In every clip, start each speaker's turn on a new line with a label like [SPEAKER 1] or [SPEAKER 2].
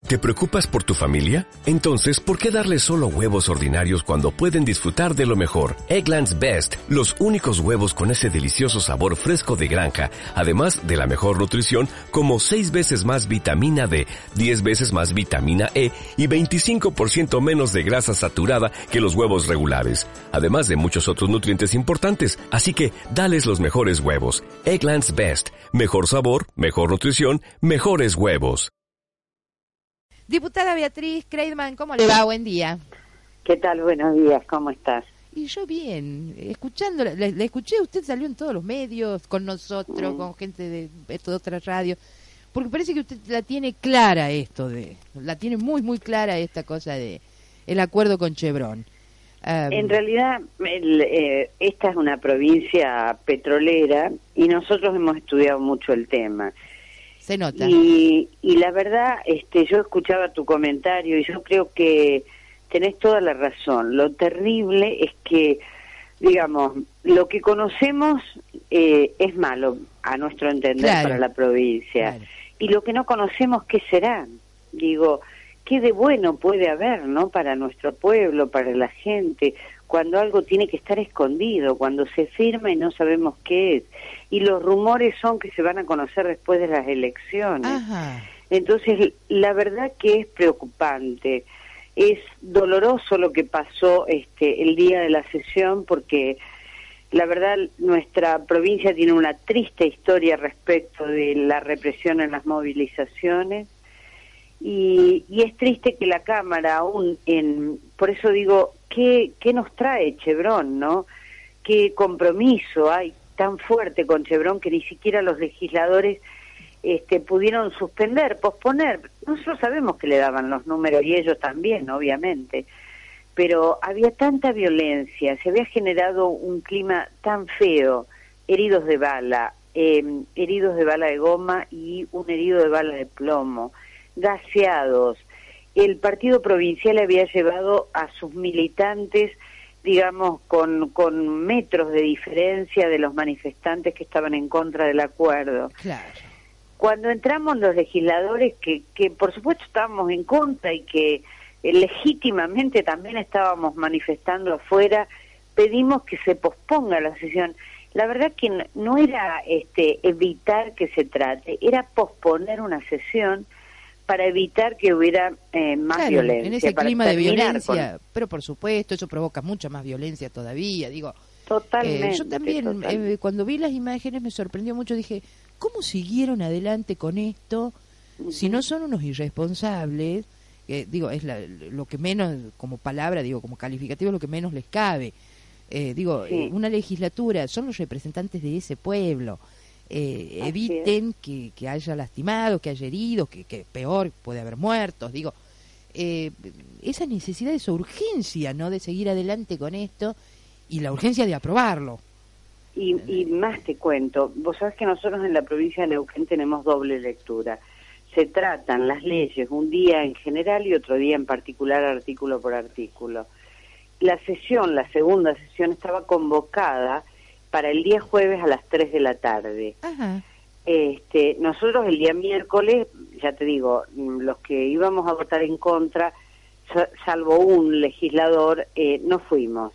[SPEAKER 1] ¿Te preocupas por tu familia? Entonces, ¿por qué darles solo huevos ordinarios cuando pueden disfrutar de lo mejor? Eggland's Best, los únicos huevos con ese delicioso sabor fresco de granja, además de la mejor nutrición, como 6 veces más vitamina D, 10 veces más vitamina E y 25% menos de grasa saturada que los huevos regulares, además de muchos otros nutrientes importantes. Así que, dales los mejores huevos. Eggland's Best, mejor sabor, mejor nutrición, mejores huevos.
[SPEAKER 2] Diputada Beatriz Kreidman, ¿cómo le va? Buen día.
[SPEAKER 3] ¿Qué tal? Buenos días, ¿cómo estás?
[SPEAKER 2] Y yo bien, escuchándola, le escuché, usted salió en todos los medios, con nosotros, con gente de otra radio, porque parece que usted la tiene clara la tiene muy, muy clara esta cosa de el acuerdo con Chevron.
[SPEAKER 3] En realidad, esta es una provincia petrolera y nosotros hemos estudiado mucho el tema.
[SPEAKER 2] Se nota.
[SPEAKER 3] Y la verdad, yo escuchaba tu comentario y yo creo que tenés toda la razón. Lo terrible es que, digamos, lo que conocemos es malo, a nuestro entender, para la provincia. Claro. Y lo que no conocemos, ¿qué será? Digo, ¿qué de bueno puede haber, no? Para nuestro pueblo, para la gente, cuando algo tiene que estar escondido, cuando se firma y no sabemos qué es. Y los rumores son que se van a conocer después de las elecciones. Ajá. Entonces, la verdad que es preocupante. Es doloroso lo que pasó el día de la sesión, porque la verdad nuestra provincia tiene una triste historia respecto de la represión en las movilizaciones. Y es triste que la Cámara aún por eso digo, ¿qué nos trae Chevron, no? ¿Qué compromiso hay tan fuerte con Chevron que ni siquiera los legisladores pudieron posponer? Nosotros sabemos que le daban los números y ellos también, obviamente, pero había tanta violencia, se había generado un clima tan feo, heridos de bala de goma y un herido de bala de plomo, gaseados. El partido provincial había llevado a sus militantes, digamos, con metros de diferencia de los manifestantes que estaban en contra del acuerdo.
[SPEAKER 2] Claro.
[SPEAKER 3] Cuando entramos los legisladores, que por supuesto estábamos en contra y que legítimamente también estábamos manifestando afuera, pedimos que se posponga la sesión. La verdad que no era evitar que se trate, era posponer una sesión para evitar que hubiera más violencia.
[SPEAKER 2] En ese clima de violencia, pero por supuesto, eso provoca mucha más violencia todavía, digo.
[SPEAKER 3] Totalmente.
[SPEAKER 2] Yo también, cuando vi las imágenes me sorprendió mucho, dije, ¿cómo siguieron adelante con esto? Si no son unos irresponsables, digo, es lo que menos, como palabra, digo, como calificativo, lo que menos les cabe. Sí. Una legislatura, son los representantes de ese pueblo. Eviten que haya lastimados, que haya heridos, que peor, puede haber muertos, digo, esa necesidad, esa urgencia, ¿no?, de seguir adelante con esto y la urgencia de aprobarlo.
[SPEAKER 3] Y más te cuento, vos sabés que nosotros en la provincia de Neuquén tenemos doble lectura. Se tratan las leyes un día en general y otro día en particular, artículo por artículo. La segunda sesión estaba convocada para el día jueves a las 3 de la tarde.
[SPEAKER 2] Ajá.
[SPEAKER 3] Nosotros el día miércoles, ya te digo, los que íbamos a votar en contra, salvo un legislador, no fuimos.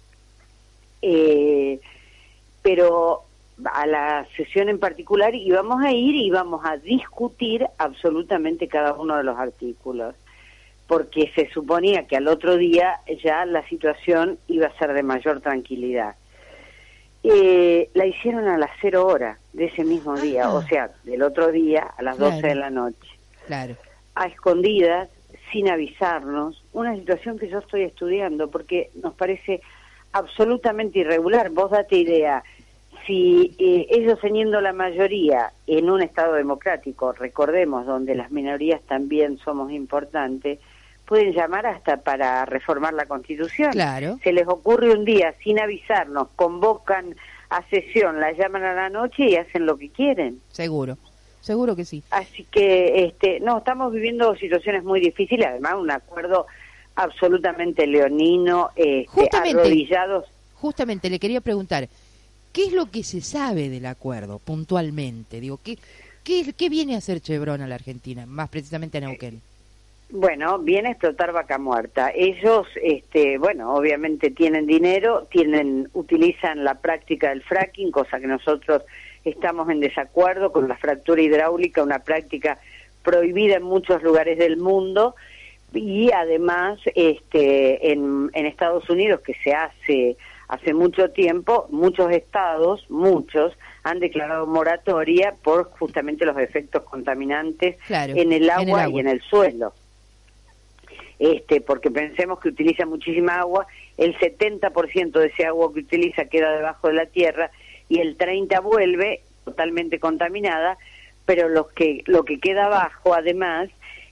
[SPEAKER 3] Pero a la sesión en particular íbamos a ir y íbamos a discutir absolutamente cada uno de los artículos, porque se suponía que al otro día ya la situación iba a ser de mayor tranquilidad. La hicieron a las 0 horas de ese mismo día, o sea, del otro día a las 12 de la noche.
[SPEAKER 2] Claro.
[SPEAKER 3] A escondidas, sin avisarnos, una situación que yo estoy estudiando porque nos parece absolutamente irregular. Vos date idea, si ellos teniendo la mayoría en un Estado democrático, recordemos, donde las minorías también somos importantes, pueden llamar hasta para reformar la Constitución.
[SPEAKER 2] Claro.
[SPEAKER 3] Se les ocurre un día sin avisarnos, convocan a sesión, la llaman a la noche y hacen lo que quieren.
[SPEAKER 2] Seguro que sí.
[SPEAKER 3] Así que no, estamos viviendo situaciones muy difíciles, además un acuerdo absolutamente leonino, arrodillados.
[SPEAKER 2] Justamente le quería preguntar, ¿qué es lo que se sabe del acuerdo puntualmente? Digo, ¿qué viene a hacer Chevron a la Argentina, más precisamente a Neuquén?
[SPEAKER 3] Bueno, viene a explotar Vaca Muerta. Ellos, bueno, obviamente tienen dinero, utilizan la práctica del fracking, cosa que nosotros estamos en desacuerdo con la fractura hidráulica, una práctica prohibida en muchos lugares del mundo, y además en Estados Unidos, que se hace mucho tiempo, muchos estados, han declarado moratoria por justamente los efectos contaminantes en el agua y en el suelo. Porque pensemos que utiliza muchísima agua, el 70% de ese agua que utiliza queda debajo de la tierra y el 30% vuelve totalmente contaminada, pero lo que queda abajo además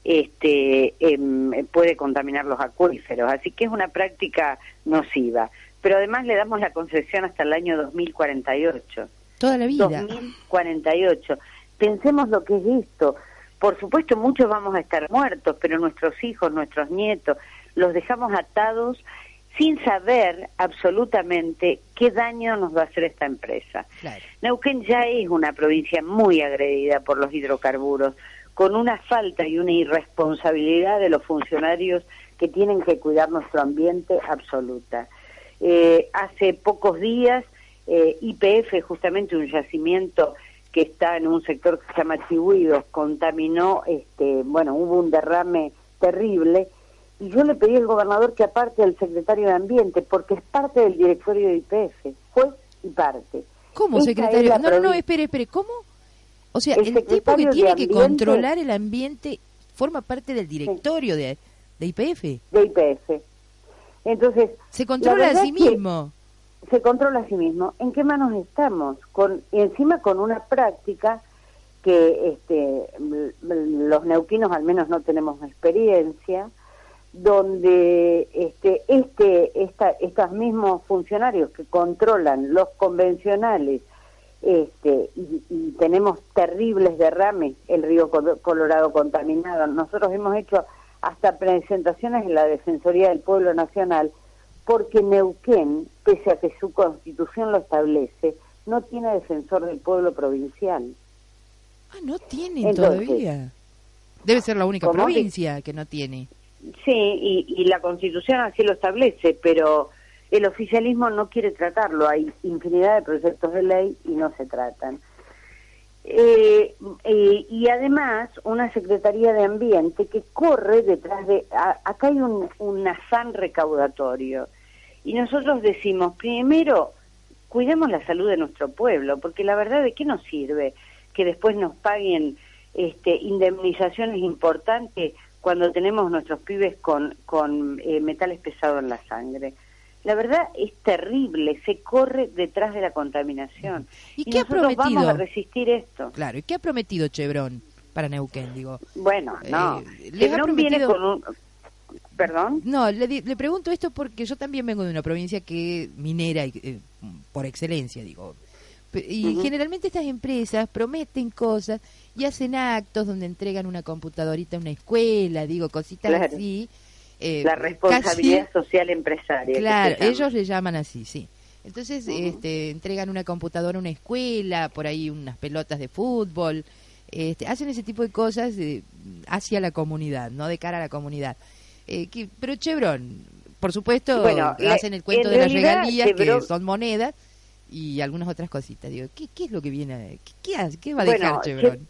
[SPEAKER 3] puede contaminar los acuíferos, así que es una práctica nociva. Pero además le damos la concesión hasta el año 2048.
[SPEAKER 2] Toda la vida.
[SPEAKER 3] 2048. Pensemos lo que es esto. Por supuesto, muchos vamos a estar muertos, pero nuestros hijos, nuestros nietos, los dejamos atados sin saber absolutamente qué daño nos va a hacer esta empresa.
[SPEAKER 2] Claro.
[SPEAKER 3] Neuquén ya es una provincia muy agredida por los hidrocarburos, con una falta y una irresponsabilidad de los funcionarios que tienen que cuidar nuestro ambiente absoluta. Hace pocos días, YPF, justamente un yacimiento que está en un sector que se llama Chihuidos, contaminó, hubo un derrame terrible, y yo le pedí al gobernador que aparte del secretario de Ambiente, porque es parte del directorio de YPF, juez y parte.
[SPEAKER 2] ¿Cómo secretario? No, espere, ¿cómo? O sea, el tipo que tiene que controlar el ambiente forma parte del directorio de YPF.
[SPEAKER 3] De YPF. Entonces,
[SPEAKER 2] se controla a sí mismo.
[SPEAKER 3] Se controla a sí mismo. ¿En qué manos estamos? Y encima con una práctica que los neuquinos al menos no tenemos experiencia, donde estos mismos funcionarios que controlan los convencionales, y tenemos terribles derrames, el río Colorado contaminado. Nosotros hemos hecho hasta presentaciones en la Defensoría del Pueblo Nacional, porque Neuquén, pese a que su constitución lo establece, no tiene defensor del pueblo provincial.
[SPEAKER 2] Ah, no tiene todavía. Debe ser la única provincia que no tiene.
[SPEAKER 3] Sí, y la constitución así lo establece, pero el oficialismo no quiere tratarlo. Hay infinidad de proyectos de ley y no se tratan. Y además una Secretaría de Ambiente que corre detrás de... Acá hay un afán recaudatorio, y nosotros decimos, primero, cuidemos la salud de nuestro pueblo, porque la verdad, ¿de qué nos sirve que después nos paguen indemnizaciones importantes cuando tenemos nuestros pibes con metales pesados en la sangre? La verdad es terrible, se corre detrás de la contaminación.
[SPEAKER 2] ¿Y qué ha prometido?
[SPEAKER 3] Vamos a resistir esto.
[SPEAKER 2] Claro, ¿y qué ha prometido Chevron para Neuquén, digo?
[SPEAKER 3] Bueno, no.
[SPEAKER 2] Chevron
[SPEAKER 3] viene con un... ¿Perdón?
[SPEAKER 2] No, le pregunto esto porque yo también vengo de una provincia que minera por excelencia, digo. Y generalmente estas empresas prometen cosas y hacen actos donde entregan una computadorita a una escuela, digo, cositas así.
[SPEAKER 3] La responsabilidad social empresaria.
[SPEAKER 2] Claro, ellos le llaman así, sí. Entonces entregan una computadora a una escuela, por ahí unas pelotas de fútbol, hacen ese tipo de cosas hacia la comunidad, no de cara a la comunidad. Pero Chevron, por supuesto, hacen el cuento de las regalías, Chevron, que son monedas, y algunas otras cositas. Digo, ¿qué es lo que viene? ¿Qué va a dejar Chevron?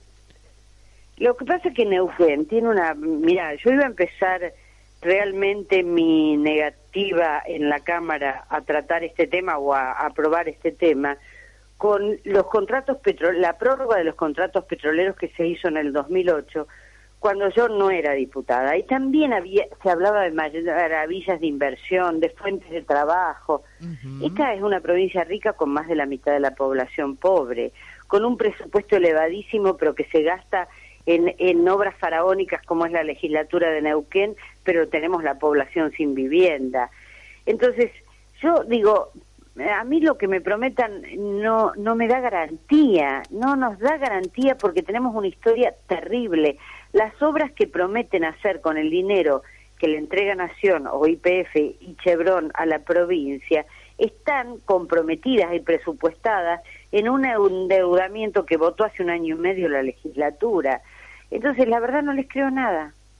[SPEAKER 3] Lo que pasa es que Neuquén tiene una... Mirá, yo iba a empezar realmente mi negativa en la Cámara a tratar este tema o a aprobar este tema con los contratos la prórroga de los contratos petroleros que se hizo en el 2008, cuando yo no era diputada, y también se hablaba de maravillas de inversión, de fuentes de trabajo. Esta es una provincia rica con más de la mitad de la población pobre, con un presupuesto elevadísimo, pero que se gasta en obras faraónicas como es la legislatura de Neuquén, pero tenemos la población sin vivienda. Entonces, yo digo, a mí lo que me prometan no me da garantía, no nos da garantía, porque tenemos una historia terrible. Las obras que prometen hacer con el dinero que le entrega Nación o YPF y Chevron a la provincia están comprometidas y presupuestadas en un endeudamiento que votó hace 1 año y medio la legislatura. Entonces, la verdad, no les creo nada.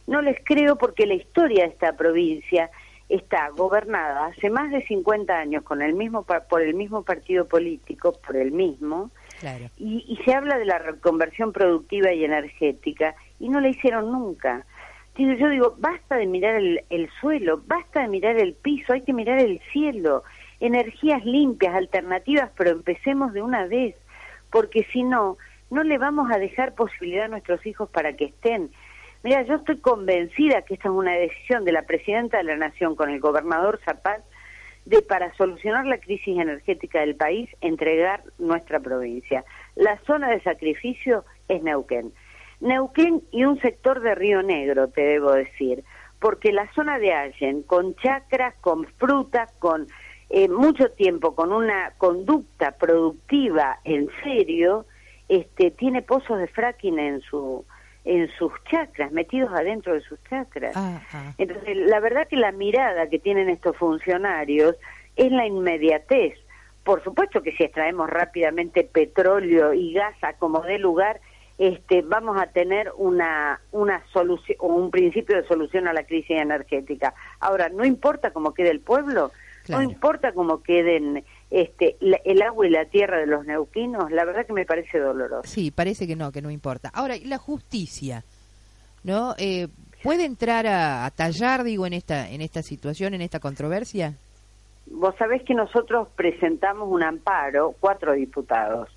[SPEAKER 3] No les creo porque la historia de esta provincia está gobernada hace más de 50 años con el mismo por el mismo partido político, por el mismo,
[SPEAKER 2] Claro.
[SPEAKER 3] y se habla de la reconversión productiva y energética, y no la hicieron nunca. Entonces yo digo, basta de mirar el suelo, basta de mirar el piso, hay que mirar el cielo, energías limpias, alternativas, pero empecemos de una vez, porque si no, no le vamos a dejar posibilidad a nuestros hijos para que estén. Mira, yo estoy convencida que esta es una decisión de la Presidenta de la Nación con el gobernador Zapata de, para solucionar la crisis energética del país, entregar nuestra provincia. La zona de sacrificio es Neuquén. Neuquén y un sector de Río Negro, te debo decir, porque la zona de Allen, con chacras, con frutas, con mucho tiempo, con una conducta productiva en serio, tiene pozos de fracking en sus chacras, metidos adentro de sus chacras. Entonces, la verdad que la mirada que tienen estos funcionarios es la inmediatez. Por supuesto que si extraemos rápidamente petróleo y gas a como dé lugar, vamos a tener una solución, o un principio de solución a la crisis energética. Ahora, no importa cómo quede el pueblo, claro, no importa cómo queden el agua y la tierra de los neuquinos, la verdad que me parece doloroso.
[SPEAKER 2] Sí, parece que no importa. Ahora, la justicia, ¿no? ¿Puede entrar a tallar, digo, en esta situación, en esta controversia?
[SPEAKER 3] Vos sabés que nosotros presentamos un amparo, 4 diputados,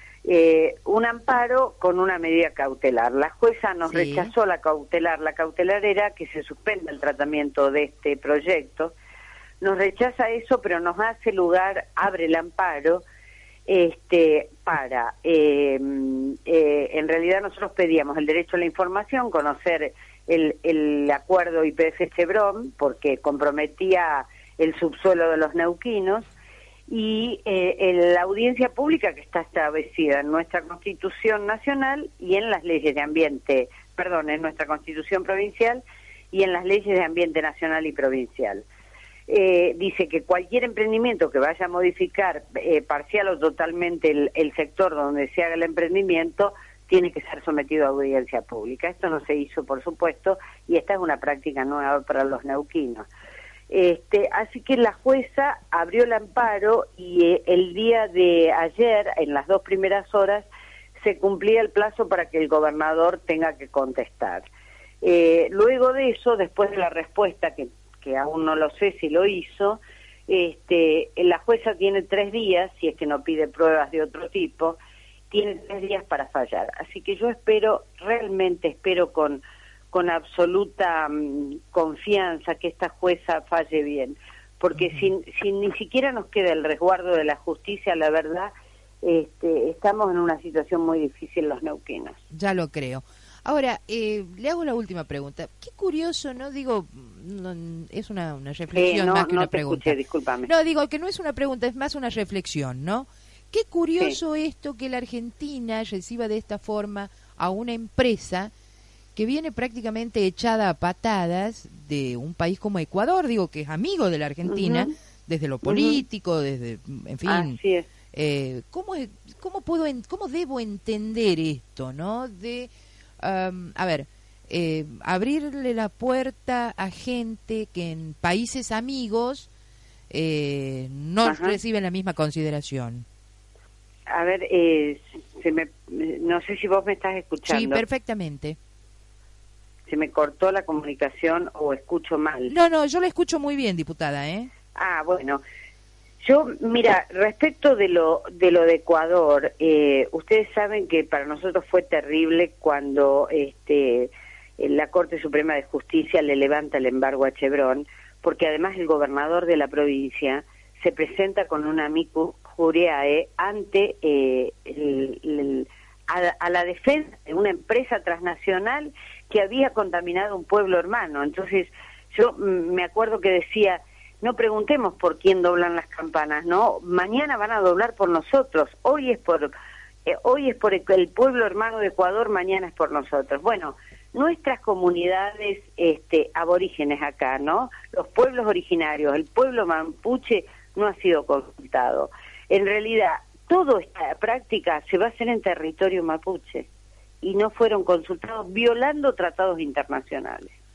[SPEAKER 3] un amparo con una medida cautelar. La jueza nos rechazó la cautelar. La cautelar era que se suspenda el tratamiento de este proyecto. Nos rechaza eso, pero nos hace lugar, abre el amparo, para, en realidad nosotros pedíamos el derecho a la información, conocer el acuerdo YPF-Chevron, porque comprometía el subsuelo de los neuquinos, y la audiencia pública que está establecida en nuestra Constitución Nacional y en las leyes de ambiente, en nuestra Constitución Provincial y en las leyes de ambiente nacional y provincial. Dice que cualquier emprendimiento que vaya a modificar parcial o totalmente el sector donde se haga el emprendimiento tiene que ser sometido a audiencia pública. Esto no se hizo, por supuesto, y esta es una práctica nueva para los neuquinos. Así que la jueza abrió el amparo y el día de ayer, en las 2 primeras horas, se cumplía el plazo para que el gobernador tenga que contestar. Luego de eso, después de la respuesta, que aún no lo sé si lo hizo, la jueza tiene 3 días, si es que no pide pruebas de otro tipo, tiene 3 días para fallar. Así que yo realmente espero con absoluta confianza que esta jueza falle bien, porque si ni siquiera nos queda el resguardo de la justicia, la verdad, estamos en una situación muy difícil los neuquinos.
[SPEAKER 2] Ya lo creo. Ahora, le hago la última pregunta. Qué curioso, ¿no? Digo, es una reflexión más que una pregunta.
[SPEAKER 3] Escuché, discúlpame.
[SPEAKER 2] No, digo que no es una pregunta, es más una reflexión, ¿no? Qué curioso esto que la Argentina reciba de esta forma a una empresa que viene prácticamente echada a patadas de un país como Ecuador, digo, que es amigo de la Argentina, desde lo político, desde, en fin.
[SPEAKER 3] Así es.
[SPEAKER 2] ¿Cómo debo entender esto, no? De abrirle la puerta a gente que en países amigos no reciben la misma consideración.
[SPEAKER 3] A ver, no sé si vos me estás escuchando.
[SPEAKER 2] Sí, perfectamente.
[SPEAKER 3] ¿Se me cortó la comunicación o escucho mal?
[SPEAKER 2] No, yo la escucho muy bien, diputada, ¿eh?
[SPEAKER 3] Ah, bueno. Yo, mira, respecto de lo de Ecuador, ustedes saben que para nosotros fue terrible cuando la Corte Suprema de Justicia le levanta el embargo a Chevron, porque además el gobernador de la provincia se presenta con un amicus curiae ante a la defensa de una empresa transnacional que había contaminado un pueblo hermano. Entonces, yo me acuerdo que decía, no preguntemos por quién doblan las campanas, ¿no? Mañana van a doblar por nosotros. Hoy es por el pueblo hermano de Ecuador, mañana es por nosotros. Bueno, nuestras comunidades aborígenes acá, ¿no? Los pueblos originarios, el pueblo mapuche no ha sido consultado. En realidad, toda esta práctica se va a hacer en territorio mapuche y no fueron consultados, violando tratados internacionales.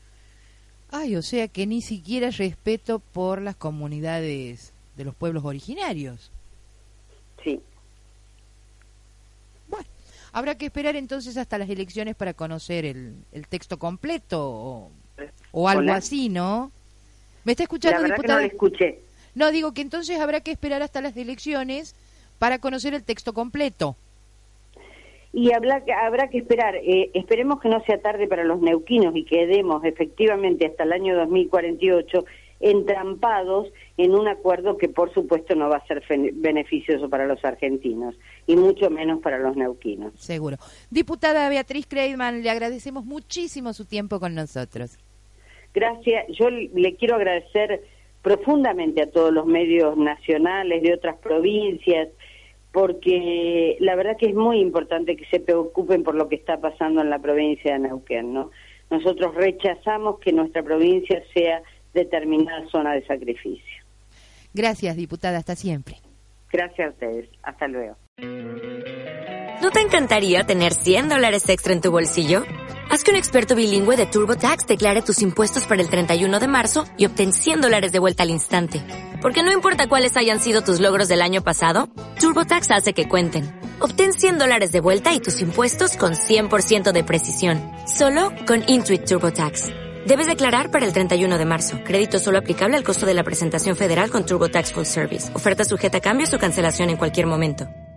[SPEAKER 2] Ay, o sea que ni siquiera respeto por las comunidades de los pueblos originarios.
[SPEAKER 3] Sí.
[SPEAKER 2] Bueno, habrá que esperar entonces hasta las elecciones para conocer el texto completo o algo
[SPEAKER 3] Hola.
[SPEAKER 2] así, ¿no? ¿Me está escuchando,
[SPEAKER 3] La verdad
[SPEAKER 2] diputada?
[SPEAKER 3] que no le escuché.
[SPEAKER 2] No, digo que entonces habrá que esperar hasta las elecciones para conocer el texto completo.
[SPEAKER 3] Y habrá que esperar, esperemos que no sea tarde para los neuquinos y quedemos efectivamente hasta el año 2048 entrampados en un acuerdo que por supuesto no va a ser beneficioso para los argentinos y mucho menos para los neuquinos.
[SPEAKER 2] Seguro. Diputada Beatriz Kreidman, le agradecemos muchísimo su tiempo con nosotros.
[SPEAKER 3] Gracias, yo le quiero agradecer profundamente a todos los medios nacionales de otras provincias, porque la verdad que es muy importante que se preocupen por lo que está pasando en la provincia de Neuquén, ¿no? Nosotros rechazamos que nuestra provincia sea determinada zona de sacrificio.
[SPEAKER 2] Gracias, diputada, hasta siempre.
[SPEAKER 3] Gracias a ustedes, hasta luego.
[SPEAKER 4] ¿No te encantaría tener $100 extra en tu bolsillo? Haz que un experto bilingüe de TurboTax declare tus impuestos para el 31 de marzo y obtén $100 de vuelta al instante. Porque no importa cuáles hayan sido tus logros del año pasado, TurboTax hace que cuenten. Obtén $100 de vuelta y tus impuestos con 100% de precisión. Solo con Intuit TurboTax. Debes declarar para el 31 de marzo. Crédito solo aplicable al costo de la presentación federal con TurboTax Full Service. Oferta sujeta a cambios o cancelación en cualquier momento.